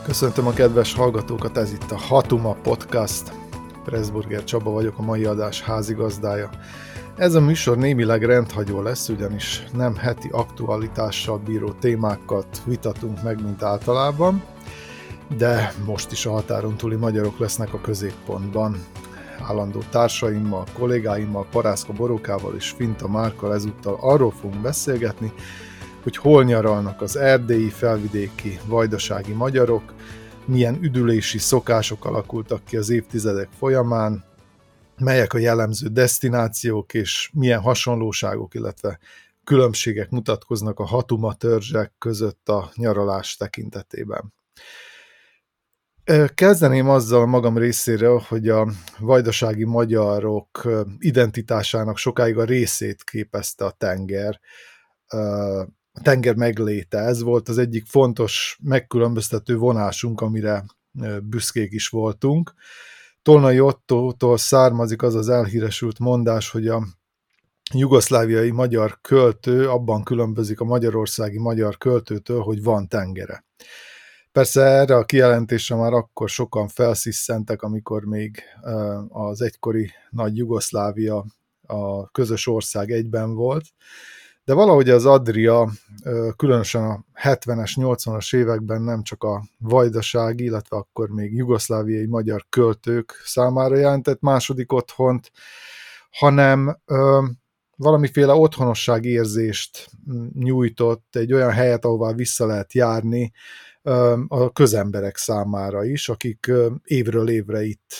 Köszöntöm a kedves hallgatókat, ez itt a Hatuma Podcast. Pressburger Csaba vagyok, a mai adás házigazdája. Ez a műsor némileg rendhagyó lesz, ugyanis nem heti aktualitással bíró témákat vitatunk meg, mint általában, de most is a határon túli magyarok lesznek a középpontban. Állandó társaimmal, kollégáimmal, Parászka Borókával és Finta Márkkal ezúttal arról fogunk beszélgetni, hogy hol nyaralnak az erdélyi, felvidéki, vajdasági magyarok, milyen üdülési szokások alakultak ki az évtizedek folyamán, melyek a jellemző desztinációk és milyen hasonlóságok, illetve különbségek mutatkoznak a Hatuma törzsek között a nyaralás tekintetében. Kezdeném azzal a magam részéről, hogy a vajdasági magyarok identitásának sokáig a részét képezte a tenger. A tenger megléte. Ez volt az egyik fontos megkülönböztető vonásunk, amire büszkék is voltunk. Tolnai Ottótól származik az az elhíresült mondás, hogy a jugoszláviai magyar költő abban különbözik a magyarországi magyar költőtől, hogy van tengere. Persze erre a kijelentésre már akkor sokan felszisszentek, amikor még az egykori nagy Jugoszlávia, a közös ország egyben volt, de valahogy az Adria, különösen a 70-es, 80-as években nem csak a vajdasági, illetve akkor még jugoszláviai magyar költők számára jelentett második otthont, hanem valamiféle otthonosság érzést nyújtott, egy olyan helyet, ahová vissza lehet járni a közemberek számára is, akik évről évre itt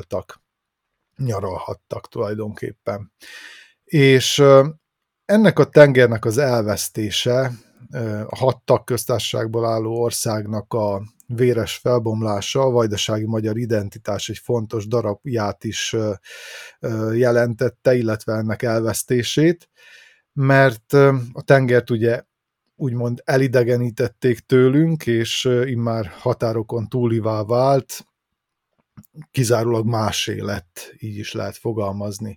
nyaralhattak tulajdonképpen. És ennek a tengernek az elvesztése, a 6 tagköztársaságból álló országnak a véres felbomlása, a vajdasági magyar identitás egy fontos darabját is jelentette, illetve ennek elvesztését, mert a tengert ugye úgymond elidegenítették tőlünk, és immár határokon túlivá vált, kizárólag másé lett, így is lehet fogalmazni.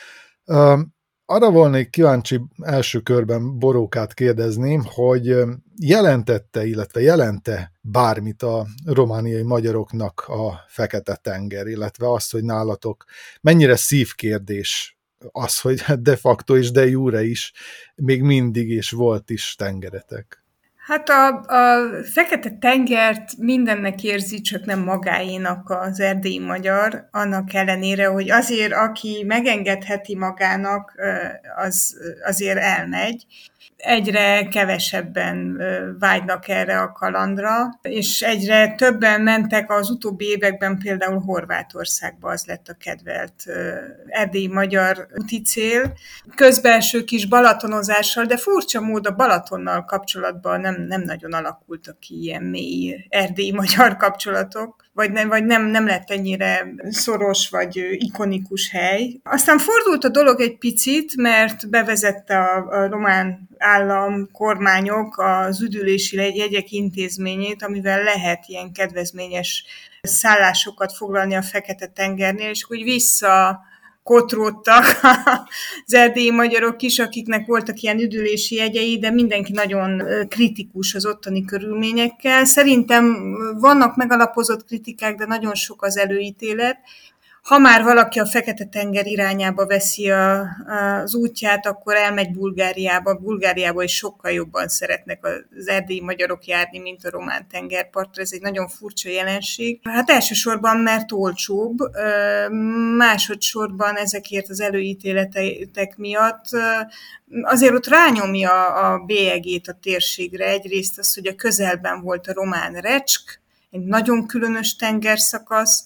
Arra volnék kíváncsi első körben Borókát kérdezni, hogy jelentette, illetve jelente bármit a romániai magyaroknak a Fekete-tenger, illetve azt, hogy nálatok mennyire szívkérdés az, hogy de facto és de jure is még mindig és volt is tengeretek. Hát a Fekete-tengert mindennek érzi, csak nem magáénak az erdélyi magyar, annak ellenére, hogy azért, aki megengedheti magának, az azért elmegy. Egyre kevesebben vágynak erre a kalandra, és egyre többen mentek az utóbbi években, például Horvátországba, az lett a kedvelt erdélyi magyar úti cél. Közbelső kis balatonozással, de furcsa mód a Balatonnal kapcsolatban nem nagyon alakultak ki ilyen mély erdélyi magyar kapcsolatok, vagy nem lett ennyire szoros vagy ikonikus hely. Aztán fordult a dolog egy picit, mert bevezette a román állam, kormányok az üdülési jegyek intézményét, amivel lehet ilyen kedvezményes szállásokat foglalni a Fekete-tengernél, és úgy visszakotródtak az erdélyi magyarok is, akiknek voltak ilyen üdülési jegyei, de mindenki nagyon kritikus az ottani körülményekkel. Szerintem vannak megalapozott kritikák, de nagyon sok az előítélet. Ha már valaki a Fekete-tenger irányába veszi az útját, akkor elmegy Bulgáriába. Bulgáriába is sokkal jobban szeretnek az erdélyi magyarok járni, mint a román tengerpartra. Ez egy nagyon furcsa jelenség. Hát elsősorban, mert olcsóbb, másodszorban ezekért az előítéletek miatt azért ott rányomja a bélyegét a térségre. Egyrészt az, hogy a közelben volt a román Recsk, egy nagyon különös tengerszakasz,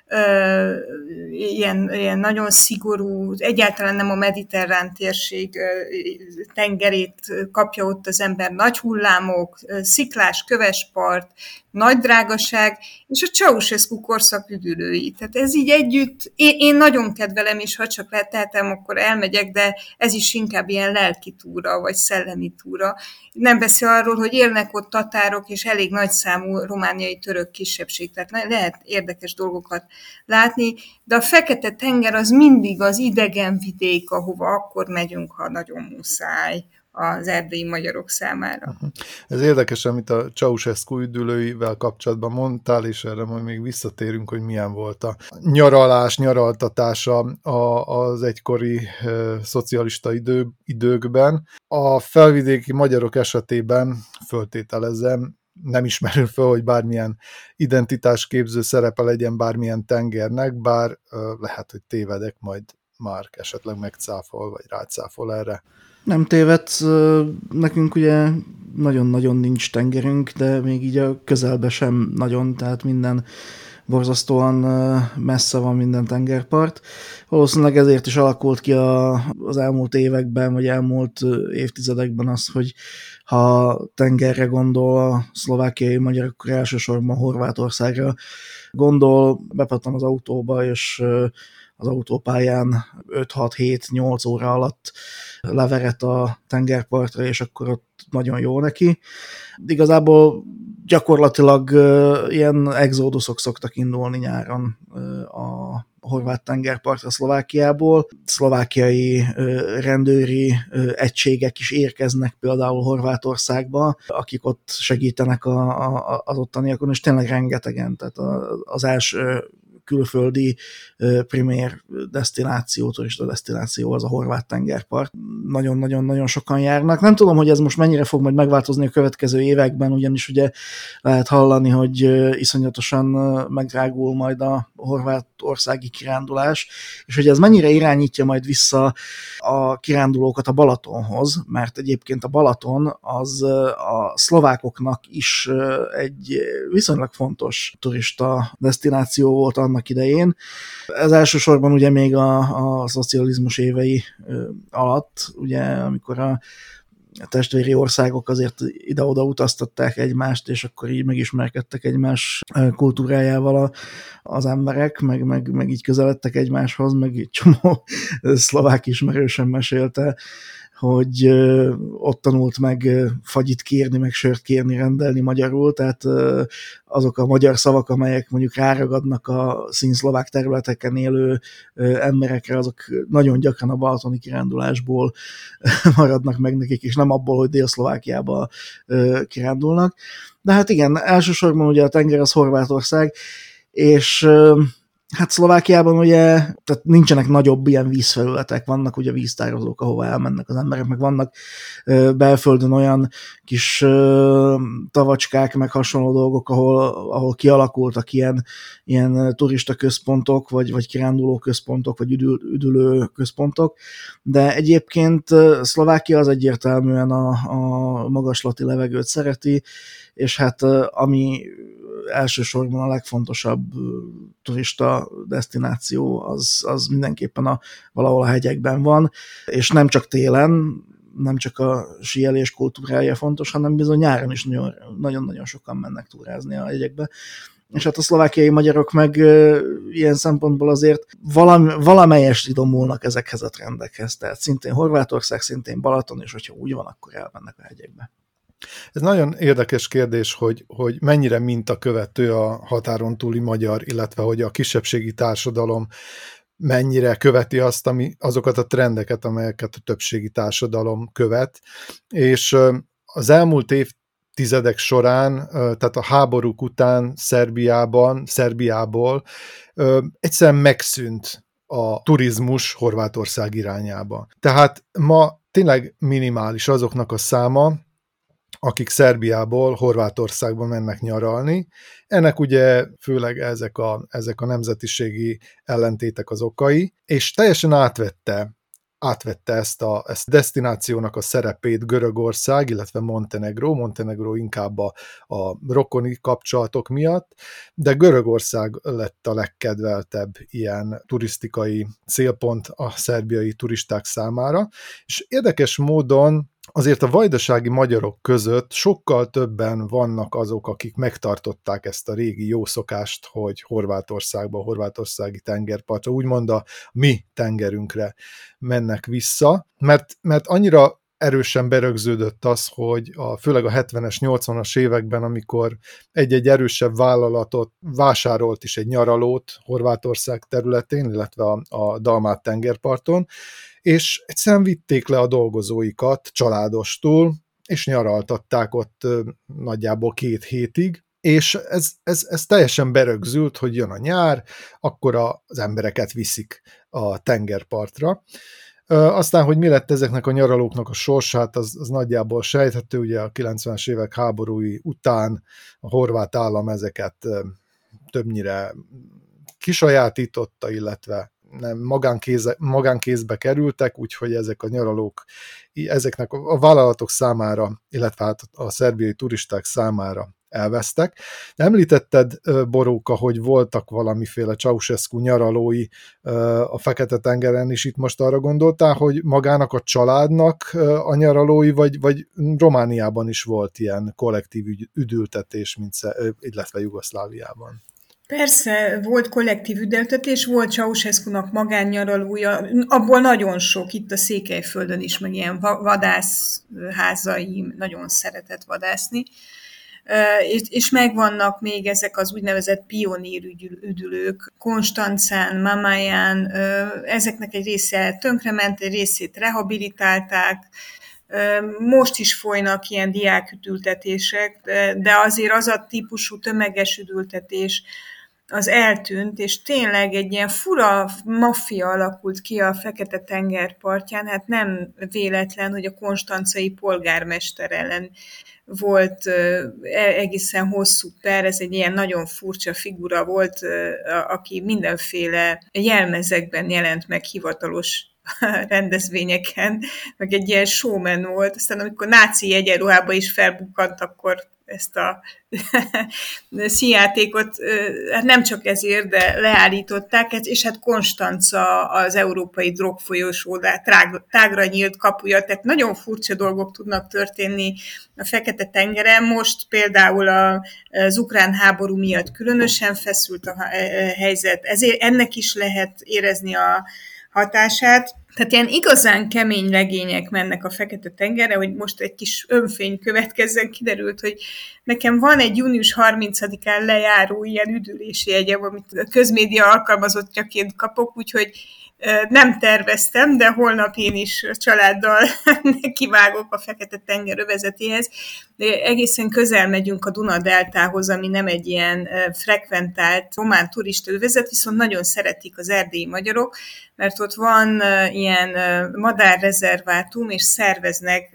ilyen nagyon szigorú, egyáltalán nem a mediterrán térség tengerét kapja ott az ember, nagy hullámok, sziklás, köves part, nagy drágaság, és a Ceausescu korszak üdülői. Tehát ez így együtt, én nagyon kedvelem, és ha csak tehetem, akkor elmegyek, de ez is inkább ilyen lelki túra, vagy szellemi túra. Nem beszél arról, hogy élnek ott tatárok, és elég nagy számú romániai török kisebbség, tehát lehet érdekes dolgokat látni, de a Fekete-tenger az mindig az idegen vidék, ahova akkor megyünk, ha nagyon muszáj. az erdélyi magyarok számára. Ez érdekes, amit a Ceausescu üdülőivel kapcsolatban mondtál, és erre majd még visszatérünk, hogy milyen volt a nyaraltatása az egykori szocialista időkben. A felvidéki magyarok esetében föltételezem, nem ismerül föl, hogy bármilyen identitásképző szerepe legyen bármilyen tengernek, bár lehet, hogy tévedek, majd Márk esetleg megcáfol, vagy rácáfol erre. Nem tévedsz, nekünk ugye nagyon-nagyon nincs tengerünk, de még így a közelbe sem nagyon, tehát minden borzasztóan messze van minden tengerpart. Valószínűleg ezért is alakult ki az elmúlt években, vagy elmúlt évtizedekben az, hogy ha tengerre gondol a szlovákiai magyar, akkor elsősorban Horvátországra gondol, bepattan az autóba, és az autópályán 5-6-7-8 óra alatt leveret a tengerpartra, és akkor ott nagyon jó neki. Igazából gyakorlatilag ilyen exóduszok szoktak indulni nyáron a horvát tengerpartra Szlovákiából. Szlovákiai rendőri egységek is érkeznek például Horvátországba, akik ott segítenek az ottaniakon, és tényleg rengetegen. Tehát az első külföldi primér desztináció, turista desztináció az a horvát tengerpart. Nagyon-nagyon-nagyon sokan járnak. Nem tudom, hogy ez most mennyire fog majd megváltozni a következő években, ugyanis ugye lehet hallani, hogy iszonyatosan megdrágul majd a horvátországi kirándulás, és hogy ez mennyire irányítja majd vissza a kirándulókat a Balatonhoz, mert egyébként a Balaton az a szlovákoknak is egy viszonylag fontos turista desztináció volt annak idején. Ez elsősorban ugye még a szocializmus évei alatt, ugye amikor a testvéri országok azért ide-oda utaztatták egymást, és akkor így megismerkedtek egymás kultúrájával az emberek, meg így közeledtek egymáshoz, meg egy csomó szlovák ismerősen mesélte, hogy ott tanult meg fagyit kérni, meg sört kérni, rendelni magyarul, tehát azok a magyar szavak, amelyek mondjuk ráragadnak a színszlovák területeken élő emberekre, azok nagyon gyakran a balatoni kirándulásból maradnak meg nekik, és nem abból, hogy Dél-Szlovákiába kirándulnak. De hát igen, elsősorban ugye a tenger az Horvátország, és hát Szlovákiában ugye, tehát nincsenek nagyobb ilyen vízfelületek, vannak ugye víztározók, ahova elmennek az emberek, meg vannak belföldön olyan kis tavacskák, meg hasonló dolgok, ahol kialakultak ilyen turista központok, vagy kiránduló központok, vagy üdülő központok, de egyébként Szlovákia az egyértelműen a magaslati levegőt szereti, és hát ami elsősorban a legfontosabb turista desztináció, az mindenképpen valahol a hegyekben van, és nem csak télen, nem csak a síelés kultúrája fontos, hanem bizony nyáron is nagyon-nagyon sokan mennek túrázni a hegyekbe. És hát a szlovákiai magyarok meg ilyen szempontból azért valamelyest idomulnak ezekhez a trendekhez, tehát szintén Horvátország, szintén Balaton, és hogyha úgy van, akkor elmennek a hegyekbe. Ez nagyon érdekes kérdés, hogy mennyire mintakövető a határon túli magyar, illetve hogy a kisebbségi társadalom mennyire követi azokat a trendeket, amelyeket a többségi társadalom követ. És az elmúlt évtizedek során, tehát a háborúk után Szerbiából egyszerűen megszűnt a turizmus Horvátország irányába. Tehát ma tényleg minimális azoknak a száma, akik Szerbiából Horvátországba mennek nyaralni. Ennek ugye főleg ezek a nemzetiségi ellentétek az okai, és teljesen átvette ezt a desztinációnak a szerepét Görögország, illetve Montenegró inkább a rokoni kapcsolatok miatt, de Görögország lett a legkedveltebb ilyen turisztikai célpont a szerbiai turisták számára, és érdekes módon azért a vajdasági magyarok között sokkal többen vannak azok, akik megtartották ezt a régi jó szokást, hogy Horvátországba, horvátországi tengerpartra, úgymond a mi tengerünkre mennek vissza, mert annyira erősen berögződött az, hogy főleg a 70-es, 80-as években, amikor egy-egy erősebb vállalatot vásárolt is egy nyaralót Horvátország területén, illetve a Dalmát tengerparton, és egyszerűen vitték le a dolgozóikat családostul, és nyaraltatták ott nagyjából 2 hétig, és ez teljesen berögzült, hogy jön a nyár, akkor az embereket viszik a tengerpartra. Aztán, hogy mi lett ezeknek a nyaralóknak a sorsát, az nagyjából sejthető, ugye a 90-es évek háborúi után a horvát állam ezeket többnyire kisajátította, illetve nem magánkézbe kerültek, úgyhogy ezek a nyaralók ezeknek a vállalatok számára, illetve hát a szerbiai turisták számára elvesztek. Említetted, Boróka, hogy voltak valamiféle Ceausescu nyaralói a Fekete-tengeren is, itt most arra gondoltál, hogy magának a családnak a nyaralói, vagy Romániában is volt ilyen kollektív üdültetés, illetve Jugoszláviában? Persze, volt kollektív üdültetés, volt Ceausescunak magánnyaralója, abból nagyon sok, itt a Székelyföldön is, meg ilyen vadászházai, nagyon szeretett vadászni. És megvannak még ezek az úgynevezett pionérüdülők, Konstancán, Mamajan, ezeknek egy része tönkrement, egy részét rehabilitálták, most is folynak ilyen diáküdültetések, de azért az a típusú tömeges üdültetés az eltűnt, és tényleg egy ilyen fura maffia alakult ki a Fekete-tenger partján, hát nem véletlen, hogy a konstancai polgármester ellen volt egészen hosszú per, ez egy ilyen nagyon furcsa figura volt, aki mindenféle jelmezekben jelent meg hivatalos rendezvényeken, meg egy ilyen showman volt, aztán amikor náci egyenruhába is felbukkant, akkor ezt a színjátékot, hát nem csak ezért, de leállították, és hát Konstanca az európai drogfolyósó tágra nyílt kapuja, tehát nagyon furcsa dolgok tudnak történni a Fekete-tengeren. Most például az ukrán háború miatt különösen feszült a helyzet, ezért ennek is lehet érezni a hatását. Tehát ilyen igazán kemény legények mennek a Fekete-tengerre, hogy most egy kis önfény következzen, kiderült, hogy nekem van egy június 30-án lejáró ilyen üdülési jegyem, amit a közmédia alkalmazottjaként kapok, úgyhogy nem terveztem, de holnap én is családdal kivágok a Fekete-tenger övezetéhez, de egészen közel megyünk a Duna-deltához, ami nem egy ilyen frekventált román turista övezet, viszont nagyon szeretik az erdélyi magyarok, mert ott van ilyen madárrezervátum, és szerveznek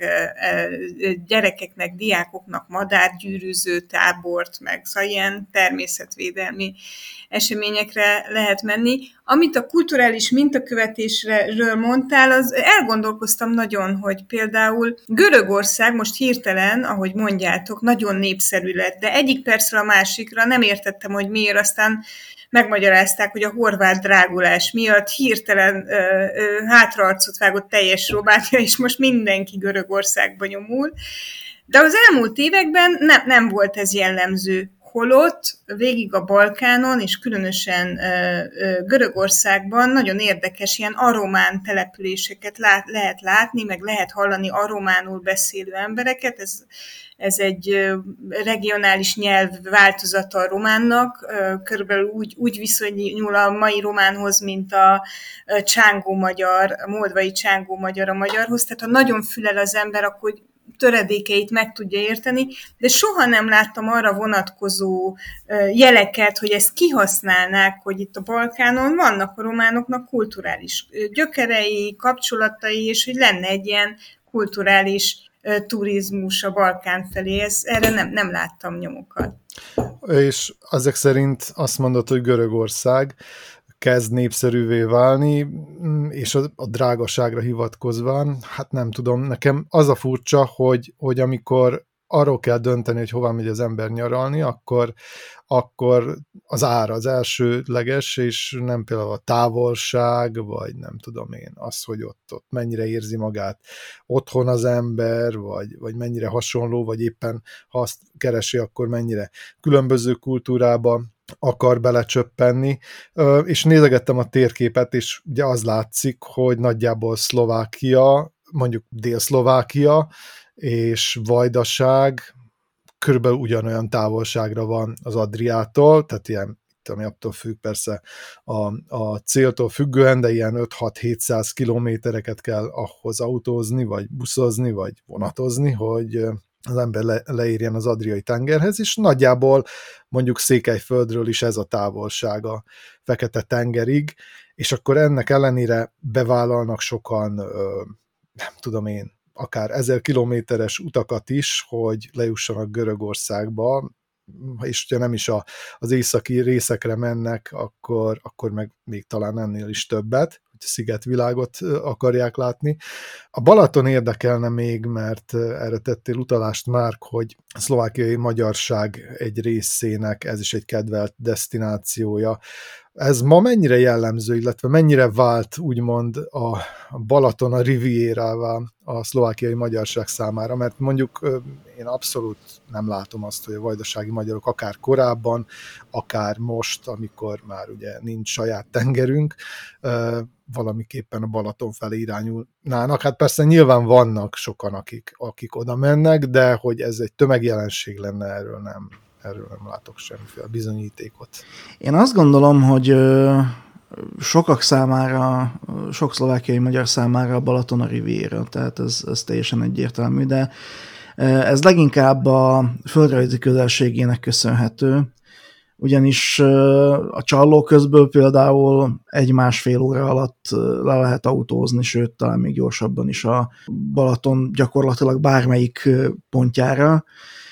gyerekeknek, diákoknak madárgyűrűző tábort, meg szóval ilyen természetvédelmi eseményekre lehet menni. Amit a kulturális mintakövetésről mondtál, az elgondolkoztam nagyon, hogy például Görögország most hirtelen, ahogy mondjátok, nagyon népszerű lett, de egyik percről a másikra nem értettem, hogy miért, aztán megmagyarázták, hogy a horvát drágulás miatt hirtelen hátraarcot vágott teljes Románia, és most mindenki Görögországba nyomul. De az elmúlt években nem volt ez jellemző. Holott végig a Balkánon, és különösen Görögországban nagyon érdekes ilyen aromán településeket lehet látni, meg lehet hallani arománul beszélő embereket. Ez egy regionális nyelv változata a románnak, körülbelül úgy viszonyul a mai románhoz, mint a csángó magyar, a moldvai csángó magyar a magyarhoz. Tehát ha nagyon fülel az ember, akkor töredékeit meg tudja érteni, de soha nem láttam arra vonatkozó jeleket, hogy ezt kihasználnák, hogy itt a Balkánon vannak a románoknak kulturális gyökerei, kapcsolatai, és hogy lenne egy ilyen kulturális turizmus a Balkán felé. Erre nem láttam nyomokat. És ezek szerint azt mondod, hogy Görögország kezd népszerűvé válni, és a drágaságra hivatkozva, hát nem tudom, nekem az a furcsa, hogy amikor arról kell dönteni, hogy hová megy az ember nyaralni, akkor az ára az elsődleges, és nem például a távolság, vagy nem tudom én, az, hogy ott mennyire érzi magát otthon az ember, vagy mennyire hasonló, vagy éppen ha azt keresi, akkor mennyire különböző kultúrába akar belecsöppenni, és nézegettem a térképet, és ugye az látszik, hogy nagyjából Szlovákia, mondjuk Dél-Szlovákia és Vajdaság körülbelül ugyanolyan távolságra van az Adriától, tehát ilyen ami attól függ persze a céltól függően, de ilyen 5-6-700 kilométereket kell ahhoz autózni, vagy buszozni, vagy vonatozni, hogy az ember leérjen az Adriai tengerhez, és nagyjából mondjuk Székelyföldről is ez a távolság a Fekete-tengerig, és akkor ennek ellenére bevállalnak sokan, nem tudom én, akár 1000 kilométeres utakat is, hogy lejussanak Görögországba, és hogyha nem is az északi részekre mennek, akkor meg még talán ennél is többet, hogy a szigetvilágot akarják látni. A Balaton érdekelne még, mert erre tettél utalást, Márk, hogy a szlovákiai magyarság egy részének ez is egy kedvelt desztinációja. Ez ma mennyire jellemző, illetve mennyire vált úgymond a Balaton a Rivierává a szlovákiai magyarság számára, mert mondjuk én abszolút nem látom azt, hogy a vajdasági magyarok akár korábban, akár most, amikor már ugye nincs saját tengerünk, valamiképpen a Balaton felé irányulnának. Hát persze nyilván vannak sokan, akik oda mennek, de hogy ez egy tömegjelenség lenne, erről nem látok semmiféle bizonyítékot. Én azt gondolom, hogy sokak számára, sok szlovákiai magyar számára a Balaton a Riviera, tehát ez teljesen egyértelmű, de ez leginkább a földrajzi közelségének köszönhető, ugyanis a Csallóközből például 1-1,5 óra alatt le lehet autózni, sőt, talán még gyorsabban is a Balaton gyakorlatilag bármelyik pontjára,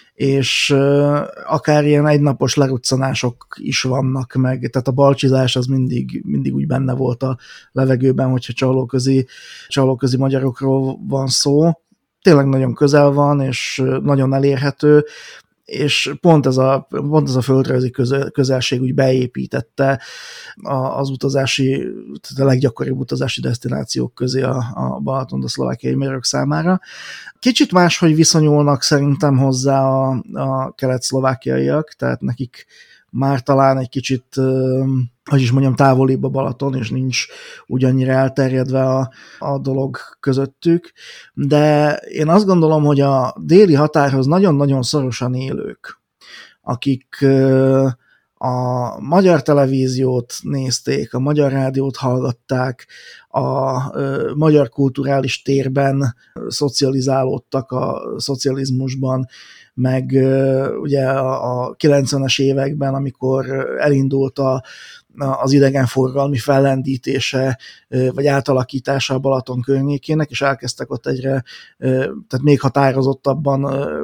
és akár ilyen egynapos leruccanások is vannak meg, tehát a balcsizás az mindig úgy benne volt a levegőben, hogyha csallóközi magyarokról van szó. Tényleg nagyon közel van, és nagyon elérhető, és pont ez a földrajzi közelség úgy beépítette az utazási, a leggyakoribb utazási desztinációk közé a Balaton a szlovákiai magyarok számára. Kicsit máshogy viszonyulnak szerintem hozzá a kelet-szlovákiaiak, tehát nekik már talán egy kicsit, hogy is mondjam, távolibb a Balaton, és nincs ugyannyira elterjedve a dolog közöttük, de én azt gondolom, hogy a déli határhoz nagyon-nagyon szorosan élők, akik a magyar televíziót nézték, a magyar rádiót hallgatták, a magyar kulturális térben szocializálódtak a szocializmusban, meg ugye a 90-es években, amikor elindult az idegenforgalmi fellendítése, vagy átalakítása a Balaton környékének, és elkezdtek ott tehát még határozottabban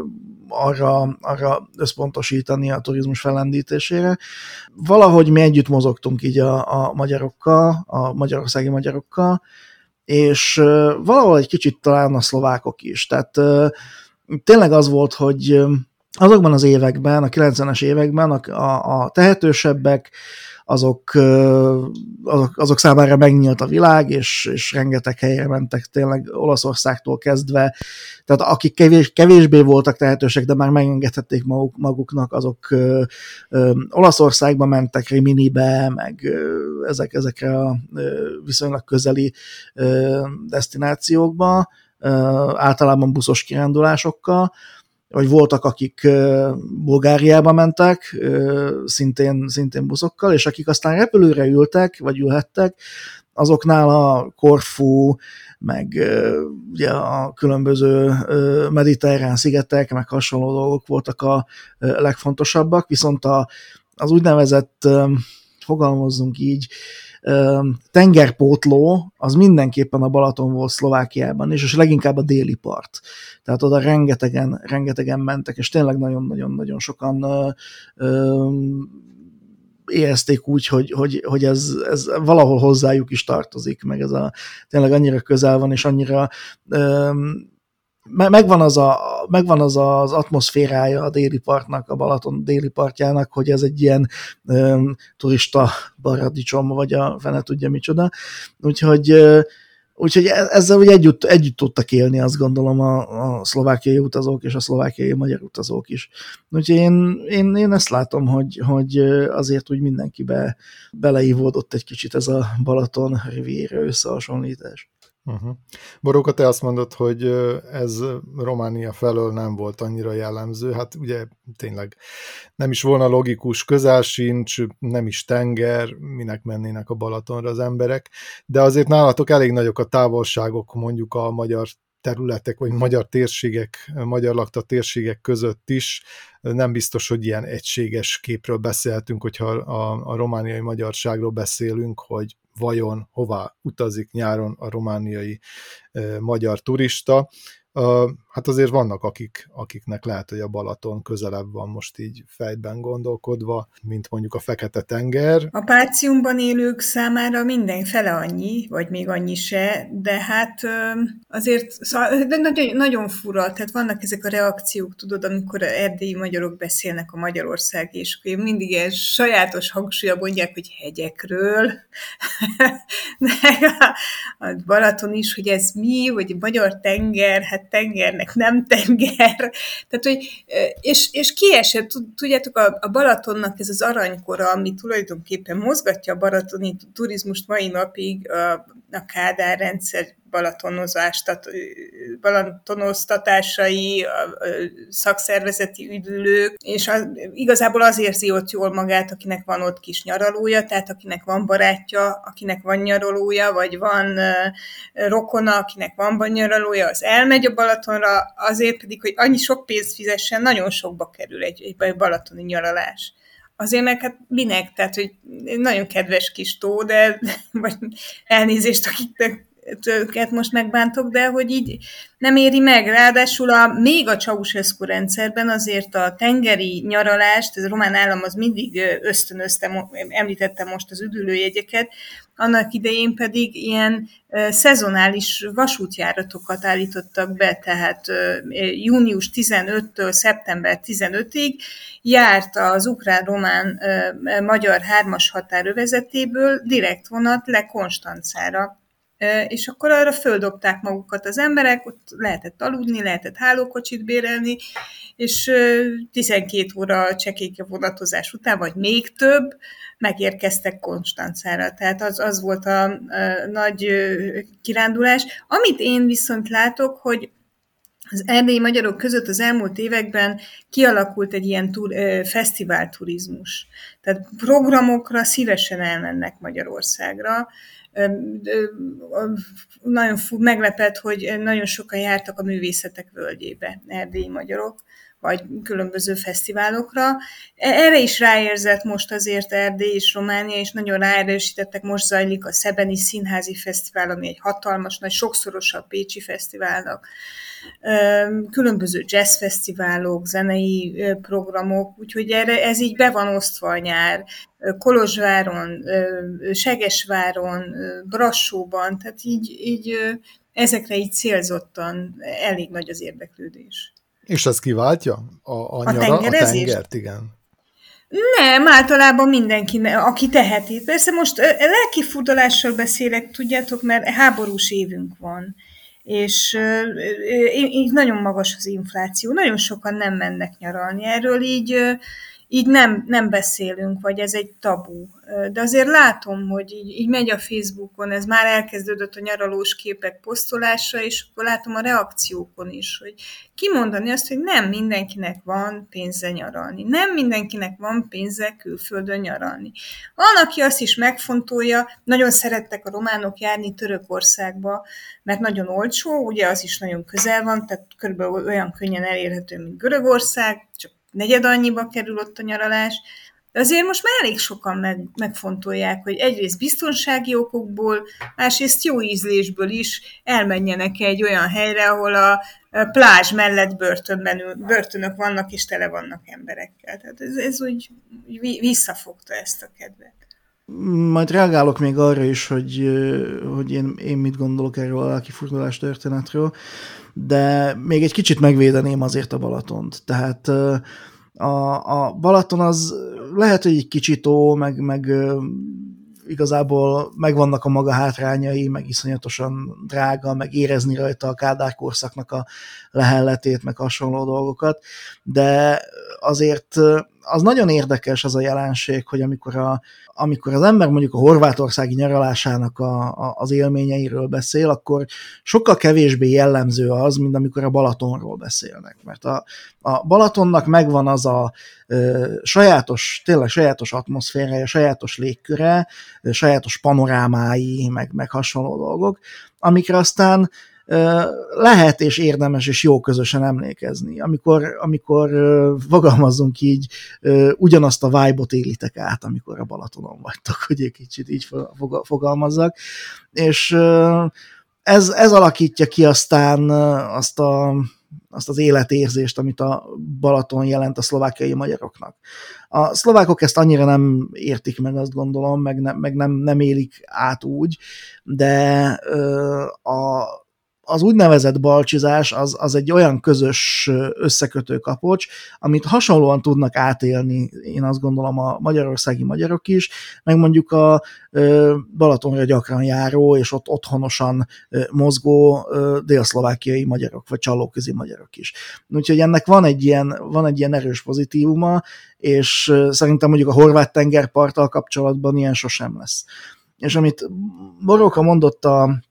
arra összpontosítani a turizmus fellendítésére. Valahogy mi együtt mozogtunk így a magyarokkal, a magyarországi magyarokkal, és valahol egy kicsit talán a szlovákok is. Tehát tényleg az volt, hogy azokban az években, a 90-es években a tehetősebbek, azok számára megnyílt a világ, és rengeteg helyre mentek tényleg Olaszországtól kezdve. Tehát akik kevésbé voltak tehetősek, de már megengedhették maguknak, azok Olaszországba mentek, Riminibe, meg ezekre a viszonylag közeli desztinációkba, általában buszos kirándulásokkal, vagy voltak, akik Bulgáriába mentek, szintén buszokkal, és akik aztán repülőre ültek, vagy ülhettek, azoknál a Korfu, meg ugye a különböző mediterrán szigetek, meg hasonló dolgok voltak a legfontosabbak, viszont az úgynevezett, fogalmazzunk így, tengerpótló, az mindenképpen a Balaton volt Szlovákiában, és leginkább a déli part. Tehát oda rengetegen mentek, és tényleg nagyon-nagyon sokan érezték úgy, hogy ez valahol hozzájuk is tartozik, meg ez tényleg annyira közel van, és annyira megvan az atmoszférája a déli partnak, a Balaton déli partjának, hogy ez egy ilyen turista paradicsom, vagy a fene tudja micsoda. Úgyhogy ezzel ugye együtt tudtak élni, azt gondolom, a szlovákiai utazók és a szlovákiai magyar utazók is. Úgyhogy én ezt látom, hogy azért úgy mindenkibe beleívódott egy kicsit ez a Balaton Riviera összehasonlítás. Boróka, te azt mondod, hogy ez Románia felől nem volt annyira jellemző, hát ugye tényleg nem is volna logikus, közel sincs, nem is tenger, minek mennének a Balatonra az emberek, de azért nálatok elég nagyok a távolságok mondjuk a magyar területek, vagy magyar térségek, magyar lakta térségek között is. Nem biztos, hogy ilyen egységes képről beszéltünk, hogyha a romániai magyarságról beszélünk, hogy vajon hová utazik nyáron a romániai magyar turista. Hát azért vannak, akiknek lehet, hogy a Balaton közelebb van most így fejben gondolkodva, mint mondjuk a Fekete-tenger. A Páciumban élők számára minden fele annyi, vagy még annyi se, de hát azért de nagyon fura, tehát vannak ezek a reakciók, tudod, amikor erdélyi magyarok beszélnek a Magyarország, és akkor mindig ilyen sajátos hangsúlya mondják, hogy hegyekről, de a Balaton is, hogy ez mi, hogy magyar tenger, hát tengernek nem tenger. Tehát, hogy, és kiesett, tudjátok, a Balatonnak ez az aranykora, ami tulajdonképpen mozgatja a balatoni turizmust mai napig, a Kádár rendszer balatonoztatásai, a szakszervezeti üdülők, és igazából az érzi ott jól magát, akinek van ott kis nyaralója, tehát akinek van barátja, akinek van nyaralója, vagy van rokona, akinek van nyaralója, az elmegy a Balatonra, azért pedig, hogy annyi sok pénzt fizessen, nagyon sokba kerül egy balatoni nyaralás. Azért meg hát minek, tehát hogy nagyon kedves kis tó, de vagy elnézést, akiket most megbántok, de hogy így nem éri meg. Ráadásul még a Ceausescu rendszerben azért a tengeri nyaralást, ez a román állam az mindig ösztönözte, említettem most az üdülőjegyeket, annak idején pedig ilyen szezonális vasútjáratokat állítottak be, tehát június 15-től szeptember 15-ig járt az ukrán-román-magyar 3-as határövezetéből direkt vonat le Konstancára. És akkor arra földobták magukat az emberek, ott lehetett aludni, lehetett hálókocsit bérelni, és 12 óra csekéke vonatozás után, vagy még több, megérkeztek Konstancára. Tehát az volt a nagy kirándulás. Amit én viszont látok, hogy az erdélyi magyarok között az elmúlt években kialakult egy ilyen fesztiválturizmus. Tehát programokra szívesen elmennek Magyarországra. Nagyon meglepett, hogy nagyon sokan jártak a művészetek völgyébe, erdélyi magyarok, vagy különböző fesztiválokra. Erre is ráérzett most azért Erdély és Románia, és nagyon ráerősítettek, most zajlik a Szebeni Színházi Fesztivál, ami egy hatalmas, nagy, sokszorosabb pécsi fesztiválnak. Különböző jazzfesztiválok, zenei programok, úgyhogy ez így be van osztva a nyár. Kolozsváron, Segesváron, Brassóban, tehát így ezekre így célzottan elég nagy az érdeklődés. És ez kiváltja a tengert, igen? Nem, általában mindenki, aki teheti. Persze most lelkifordulással beszélek, tudjátok, mert háborús évünk van, és így nagyon magas az infláció, nagyon sokan nem mennek nyaralni. Erről így nem beszélünk, vagy ez egy tabu. De azért látom, hogy így megy a Facebookon, ez már elkezdődött a nyaralós képek posztolása, és akkor látom a reakciókon is, hogy kimondani azt, hogy nem mindenkinek van pénze nyaralni. Nem mindenkinek van pénze külföldön nyaralni. Van, aki azt is megfontolja, nagyon szerettek a románok járni Törökországba, mert nagyon olcsó, ugye az is nagyon közel van, tehát körülbelül olyan könnyen elérhető, mint Görögország, csak negyed annyiba kerül ott a nyaralás, de azért most már elég sokan megfontolják, hogy egyrészt biztonsági okokból, másrészt jó ízlésből is elmenjenek egy olyan helyre, ahol a plázs mellett börtönök vannak, és tele vannak emberekkel. Tehát ez úgy visszafogta ezt a kedvet. Majd reagálok még arra is, hogy én mit gondolok erről a lelkifordulás történetről, de még egy kicsit megvédeném azért a Balatont. Tehát a Balaton az lehet, hogy egy kicsit tó, meg igazából megvannak a maga hátrányai, meg iszonyatosan drága, meg érezni rajta a Kádár korszaknak a lehelletét, meg hasonló dolgokat, de azért az nagyon érdekes az a jelenség, hogy amikor az ember mondjuk a horvátországi nyaralásának az élményeiről beszél, akkor sokkal kevésbé jellemző az, mint amikor a Balatonról beszélnek. Mert a Balatonnak megvan az a tényleg sajátos atmoszférája, sajátos légköre, sajátos panorámái, meg hasonló dolgok, amikre aztán lehet és érdemes és jó közösen emlékezni. Amikor fogalmazzunk így, ugyanazt a vibe-ot élitek át, amikor a Balatonon vagytok, hogy egy kicsit így fogalmazzak. És ez alakítja ki aztán azt az életérzést, amit a Balaton jelent a szlovákiai magyaroknak. A szlovákok ezt annyira nem értik meg, azt gondolom, meg nem élik át úgy, de az úgynevezett balcsizás az egy olyan közös összekötő kapocs, amit hasonlóan tudnak átélni, én azt gondolom, a magyarországi magyarok is, meg mondjuk a Balatonra gyakran járó, és ott otthonosan mozgó délszlovákiai magyarok, vagy csallóközi magyarok is. Úgyhogy ennek van egy ilyen erős pozitívuma, és szerintem mondjuk a horvát tengerparttal kapcsolatban ilyen sosem lesz. És amit Boróka mondott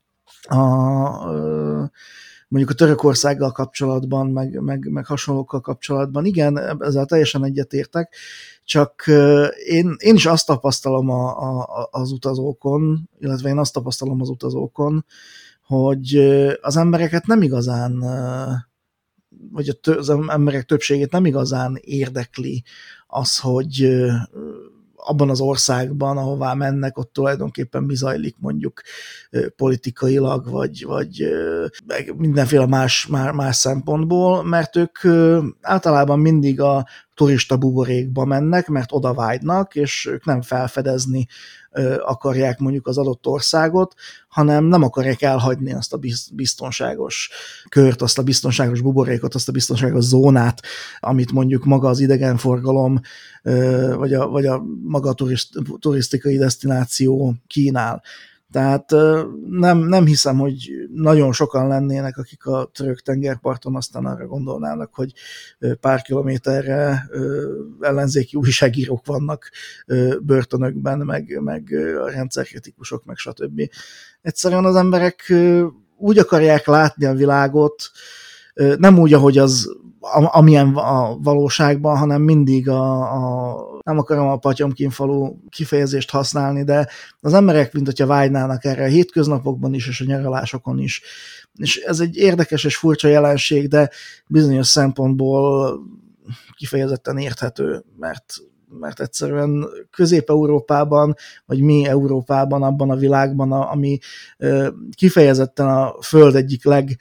mondjuk a Törökországgal kapcsolatban, meg hasonlókkal kapcsolatban, igen, ezzel teljesen egyetértek, csak én is azt tapasztalom az utazókon, illetve én azt tapasztalom az utazókon, hogy az embereket nem igazán, vagy az emberek többségét nem igazán érdekli az, hogy abban az országban, ahová mennek, ott tulajdonképpen mi zajlik mondjuk politikailag, vagy mindenféle más szempontból, mert ők általában mindig a turista buborékba mennek, mert oda vágynak, és ők nem felfedezni akarják mondjuk az adott országot, hanem nem akarják elhagyni azt a biztonságos kört, azt a biztonságos buborékot, azt a biztonságos zónát, amit mondjuk maga az idegenforgalom, vagy a maga a turisztikai desztináció kínál. Tehát nem hiszem, hogy nagyon sokan lennének, akik a török tengerparton aztán arra gondolnának, hogy pár kilométerre ellenzéki újságírók vannak börtönökben, meg a rendszerkritikusok, meg stb. Egyszerűen az emberek úgy akarják látni a világot, nem úgy, ahogy az amilyen a valóságban, hanem mindig nem akarom a Patyomkin-falu kifejezést használni, de az emberek, mint hogyha vágynának erre a hétköznapokban is, és a nyaralásokon is. És ez egy érdekes és furcsa jelenség, de bizonyos szempontból kifejezetten érthető, mert egyszerűen Közép-Európában, vagy mi Európában, abban a világban, ami kifejezetten a Föld egyik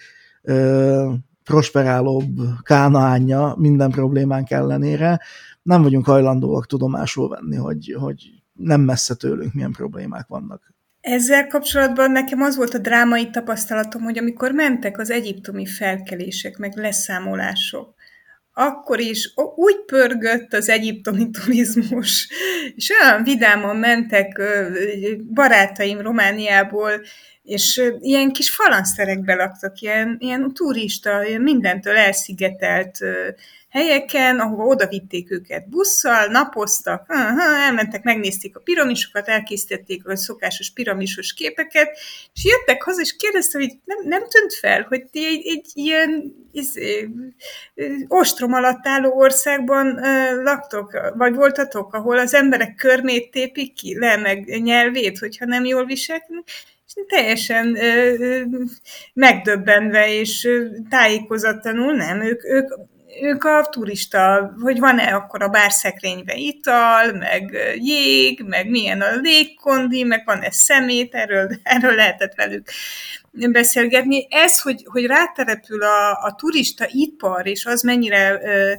prosperálóbb Kánaánja minden problémánk ellenére, nem vagyunk hajlandóak tudomásul venni, hogy nem messze tőlünk milyen problémák vannak. Ezzel kapcsolatban nekem az volt a drámai tapasztalatom, hogy amikor mentek az egyiptomi felkelések, meg leszámolások, akkor is úgy pörgött az egyiptomi turizmus, és olyan vidáman mentek barátaim Romániából, és ilyen kis falanszerekbe laktak, ilyen turista, ilyen mindentől elszigetelt helyeken, ahova oda vitték őket busszal, napoztak, elmentek, megnézték a piramisokat, elkészítették a szokásos piramisos képeket, és jöttek haza, és kérdeztem, hogy nem tűnt fel, hogy ti egy ilyen ostrom alatt álló országban laktok, vagy voltatok, ahol az emberek körmét tépik ki, le meg nyelvét, hogyha nem jól viselkednek, teljesen megdöbbenve és tájékozatlanul, nem, ők a turista, hogy van-e akkor a bárszekrénybe ital, meg jég, meg milyen a légkondi, meg van-e szemét, erről lehetett velük beszélgetni. Ez, hogy ráterepül a turista ipar, és az mennyire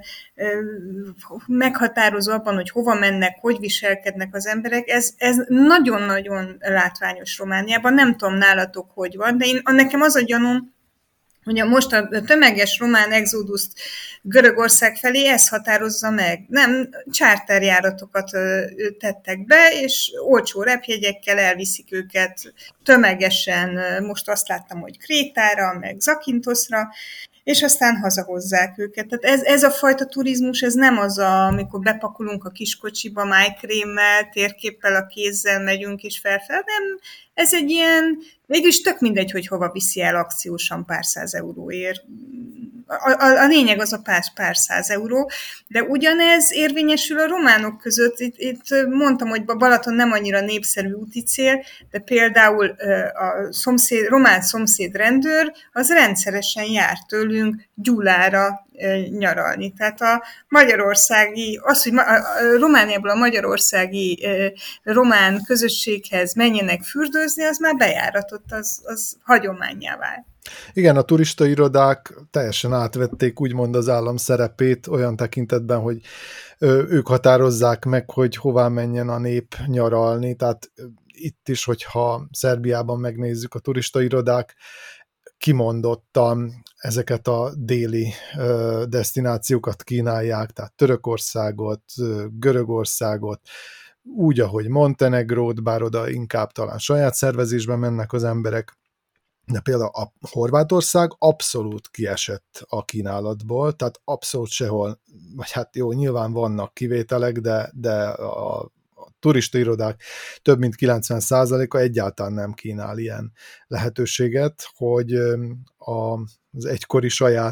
meghatározó abban, hogy hova mennek, hogy viselkednek az emberek, ez nagyon-nagyon látványos Romániában. Nem tudom nálatok, hogy van, de nekem az a gyanúm, hogy most a tömeges román exoduszt Görögország felé ez határozza meg. Nem, charterjáratokat tettek be, és olcsó repjegyekkel elviszik őket tömegesen. Most azt láttam, hogy Krétára, meg Zakintosra, és aztán hazahozzák őket. Tehát ez a fajta turizmus, ez nem az, amikor bepakolunk a kiskocsiba májkrémmel, térképpel a kézzel megyünk és felfel, nem, ez egy ilyen, végülis tök mindegy, hogy hova viszi el akciósan pár száz euróért. A lényeg az a pár száz euró, de ugyanez érvényesül a románok között. Itt mondtam, hogy Balaton nem annyira népszerű úti cél, de például a román szomszéd rendőr az rendszeresen jár tőlünk Gyulára nyaralni. Tehát a magyarországi, az, hogy Romániából a magyarországi román közösséghez menjenek fürdőzni, az már bejáratott, az hagyománnyá vált. Igen, a turista irodák teljesen átvették úgymond az állam szerepét olyan tekintetben, hogy ők határozzák meg, hogy hová menjen a nép nyaralni, tehát itt is, hogyha Szerbiában megnézzük, a turista irodák kimondottan ezeket a déli desztinációkat kínálják, tehát Törökországot, Görögországot, úgy, ahogy Montenegrót, bár oda inkább talán saját szervezésben mennek az emberek, de például a Horvátország abszolút kiesett a kínálatból, tehát abszolút sehol, vagy hát jó, nyilván vannak kivételek, de a turista irodák több mint 90%-a egyáltalán nem kínál ilyen lehetőséget, hogy az egykori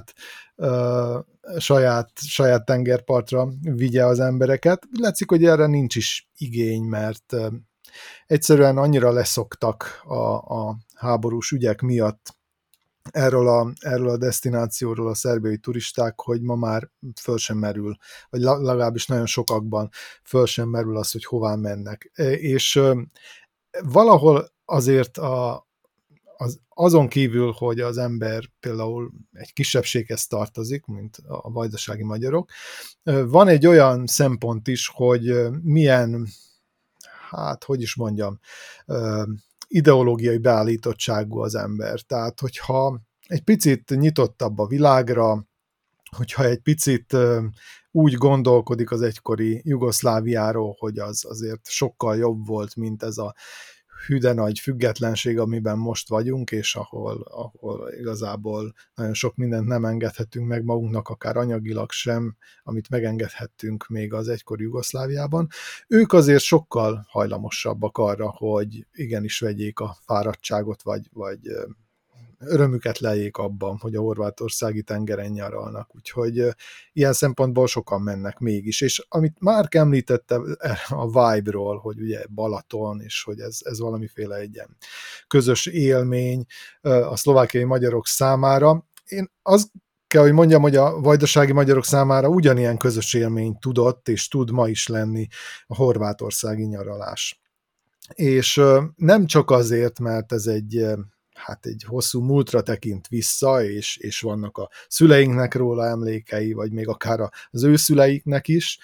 saját tengerpartra vigye az embereket. Látszik, hogy erre nincs is igény, mert egyszerűen annyira leszoktak a háborús ügyek miatt erről a desztinációról a szerbiai turisták, hogy ma már föl sem merül, vagy legalábbis nagyon sokakban föl sem merül az, hogy hová mennek. És valahol azért azon kívül, hogy az ember például egy kisebbséghez tartozik, mint a vajdasági magyarok, van egy olyan szempont is, hogy milyen, hát hogy is mondjam, ideológiai beállítottságú az ember. Tehát, hogyha egy picit nyitottabb a világra, hogyha egy picit úgy gondolkodik az egykori Jugoszláviáról, hogy az azért sokkal jobb volt, mint ez a hüde nagy függetlenség, amiben most vagyunk, és ahol igazából nagyon sok mindent nem engedhetünk meg magunknak, akár anyagilag sem, amit megengedhettünk még az egykori Jugoszláviában. Ők azért sokkal hajlamosabbak arra, hogy igenis vegyék a fáradtságot, vagy örömüket lejjék abban, hogy a horvátországi tengeren nyaralnak. Úgyhogy ilyen szempontból sokan mennek mégis. És amit Márk említette a vibe-ról, hogy ugye Balaton, és hogy ez valamiféle egy ilyen közös élmény a szlovákiai magyarok számára. Én azt kell, hogy mondjam, hogy a vajdasági magyarok számára ugyanilyen közös élmény tudott, és tud ma is lenni a horvátországi nyaralás. És nem csak azért, mert ez egy hosszú múltra tekint vissza, és vannak a szüleinknek róla emlékei, vagy még akár az ő szüleiknek is,